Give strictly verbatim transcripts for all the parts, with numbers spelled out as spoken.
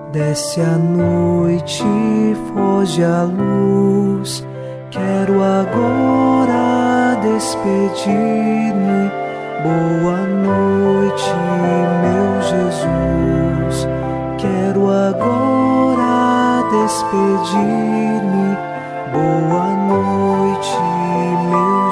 Desce a noite, foge a luz. Quero agora despedir-me. Boa noite, meu Jesus. Quero agora despedir-me. Boa noite, meu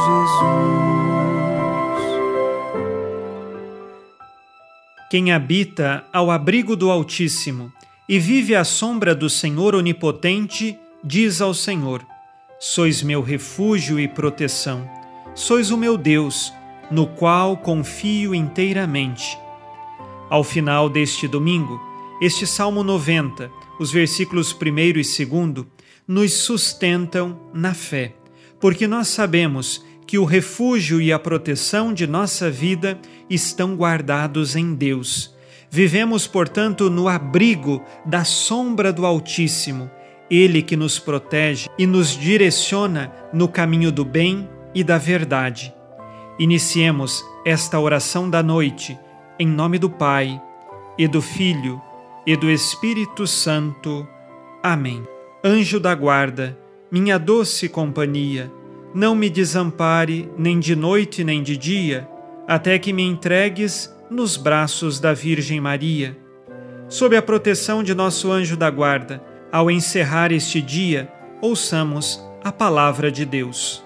Jesus. Quem habita ao abrigo do Altíssimo e vive à sombra do Senhor Onipotente, diz ao Senhor: sois meu refúgio e proteção, sois o meu Deus, no qual confio inteiramente. Ao final deste domingo, este Salmo noventa, os versículos primeiro e segundo, nos sustentam na fé, porque nós sabemos que o refúgio e a proteção de nossa vida estão guardados em Deus. Vivemos, portanto, no abrigo da sombra do Altíssimo, Ele que nos protege e nos direciona no caminho do bem e da verdade. Iniciemos esta oração da noite, em nome do Pai, e do Filho, e do Espírito Santo. Amém. Anjo da guarda, minha doce companhia, não me desampare nem de noite nem de dia, até que me entregues nos braços da Virgem Maria. Sob a proteção de nosso anjo da guarda, ao encerrar este dia, ouçamos a palavra de Deus.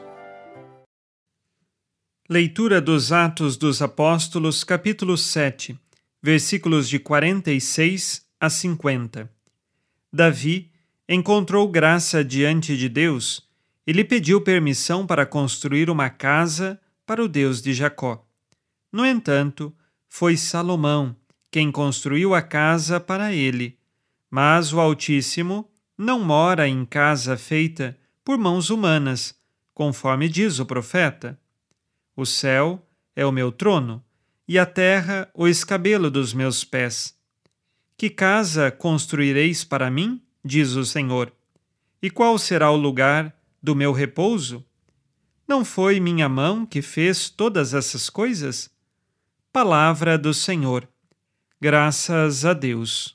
Leitura dos Atos dos Apóstolos, capítulo sete, versículos de quarenta e seis a cinquenta. Davi encontrou graça diante de Deus e lhe pediu permissão para construir uma casa para o Deus de Jacó. No entanto, foi Salomão quem construiu a casa para ele, mas o Altíssimo não mora em casa feita por mãos humanas, conforme diz o profeta. O céu é o meu trono, e a terra o escabelo dos meus pés. Que casa construireis para mim? Diz o Senhor. E qual será o lugar do meu repouso? Não foi minha mão que fez todas essas coisas? Palavra do Senhor. Graças a Deus.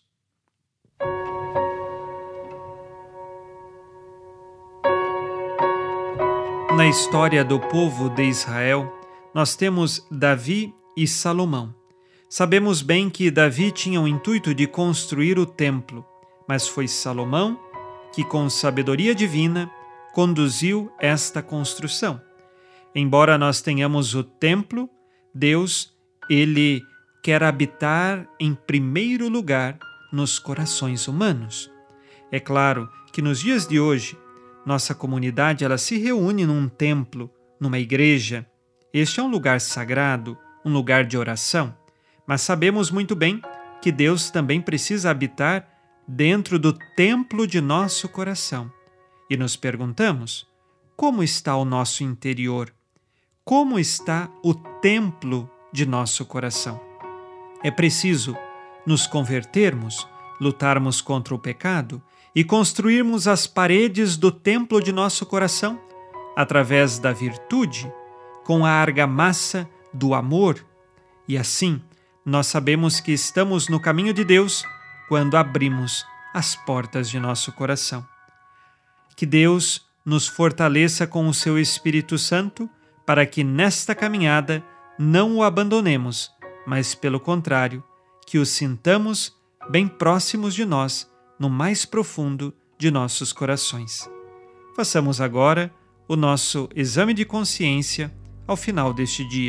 Na história do povo de Israel, nós temos Davi e Salomão. Sabemos bem que Davi tinha o intuito de construir o templo, mas foi Salomão que, com sabedoria divina, conduziu esta construção. Embora nós tenhamos o templo, Deus, Ele quer habitar em primeiro lugar nos corações humanos. É claro que nos dias de hoje, nossa comunidade ela se reúne num templo, numa igreja. Este é um lugar sagrado, um lugar de oração, mas sabemos muito bem que Deus também precisa habitar dentro do templo de nosso coração. E nos perguntamos, como está o nosso interior? Como está o templo de nosso coração? É preciso nos convertermos, lutarmos contra o pecado e construirmos as paredes do templo de nosso coração através da virtude, com a argamassa do amor. E assim, nós sabemos que estamos no caminho de Deus quando abrimos as portas de nosso coração. Que Deus nos fortaleça com o seu Espírito Santo para que nesta caminhada não o abandonemos, mas pelo contrário, que o sintamos bem próximos de nós, no mais profundo de nossos corações. Façamos agora o nosso exame de consciência ao final deste dia.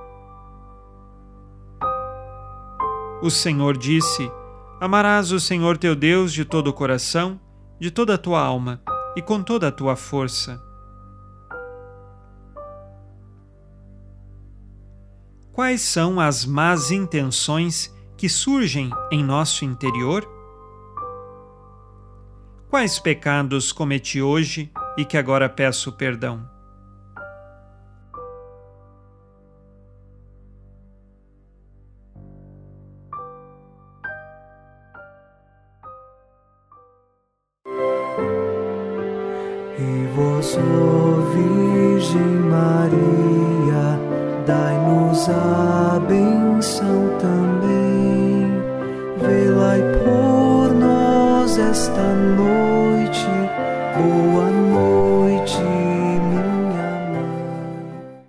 O Senhor disse: amarás o Senhor teu Deus de todo o coração, de toda a tua alma e com toda a tua força. Quais são as más intenções que surgem em nosso interior? Quais pecados cometi hoje e que agora peço perdão? E vós, ó Virgem Maria, dai-nos a benção também, velai por nós, nesta noite. Boa noite, minha mãe.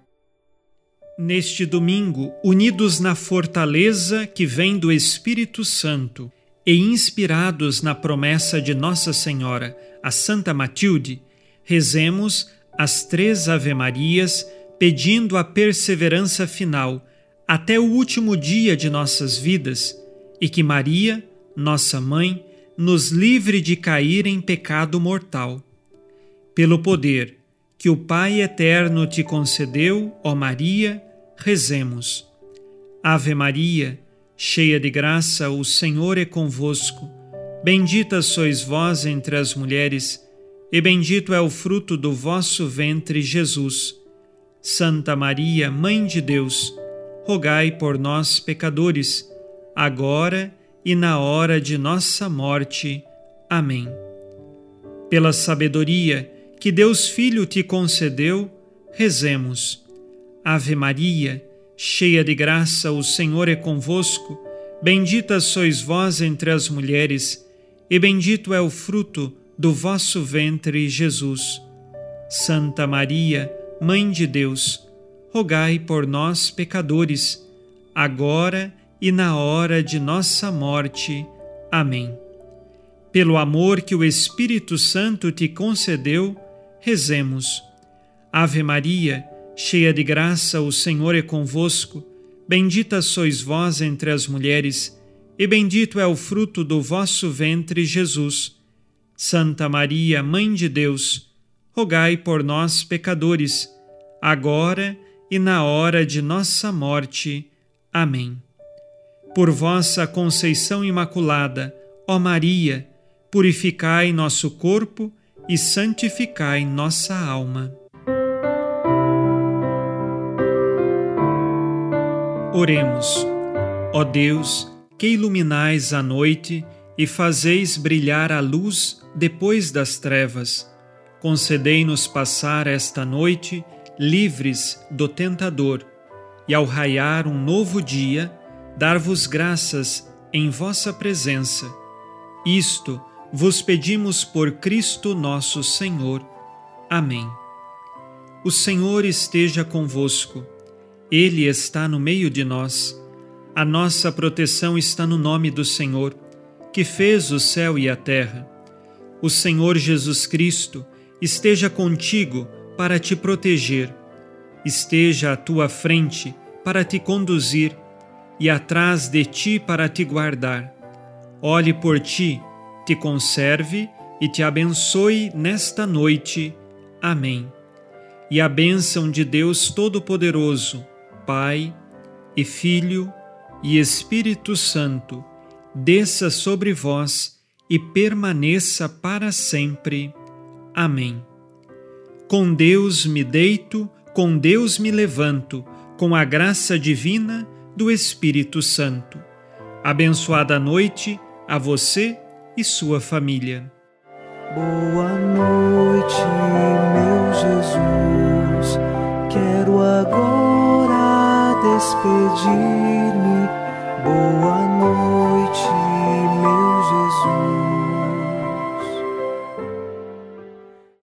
Neste domingo, unidos na fortaleza que vem do Espírito Santo e inspirados na promessa de Nossa Senhora, a Santa Matilde, rezemos as três Ave-Marias, pedindo a perseverança final até o último dia de nossas vidas e que Maria, nossa Mãe, nos livre de cair em pecado mortal. Pelo poder que o Pai eterno te concedeu, ó Maria, rezemos. Ave Maria, cheia de graça, o Senhor é convosco. Bendita sois vós entre as mulheres, e bendito é o fruto do vosso ventre, Jesus. Santa Maria, Mãe de Deus, rogai por nós, pecadores, agora e na hora de nossa morte. Amém. Pela sabedoria que Deus Filho te concedeu, rezemos. Ave Maria, cheia de graça, o Senhor é convosco. Bendita sois vós entre as mulheres, e bendito é o fruto do vosso ventre, Jesus. Santa Maria, Mãe de Deus, rogai por nós, pecadores, agora e na hora de nossa morte. Amém. Pelo amor que o Espírito Santo te concedeu, rezemos. Ave Maria, cheia de graça, o Senhor é convosco. Bendita sois vós entre as mulheres, e bendito é o fruto do vosso ventre, Jesus. Santa Maria, Mãe de Deus, rogai por nós, pecadores, agora e na hora de nossa morte. Amém. Por vossa conceição imaculada, ó Maria, purificai nosso corpo e santificai nossa alma. Oremos. Ó Deus, que iluminais a noite e fazeis brilhar a luz depois das trevas, concedei-nos passar esta noite livres do tentador e, ao raiar um novo dia, dar-vos graças em vossa presença. Isto vos pedimos por Cristo nosso Senhor. Amém. O Senhor esteja convosco. Ele está no meio de nós. A nossa proteção está no nome do Senhor, que fez o céu e a terra. O Senhor Jesus Cristo esteja contigo para te proteger, esteja à tua frente para te conduzir e atrás de ti para te guardar. Olhe por ti, te conserve e te abençoe nesta noite. Amém. E a bênção de Deus Todo-Poderoso, Pai e Filho e Espírito Santo, desça sobre vós e permaneça para sempre. Amém. Com Deus me deito, com Deus me levanto, com a graça divina do Espírito Santo. Abençoada noite a você e sua família. Boa noite, meu Jesus. Quero agora despedir-me. Boa noite, meu Jesus.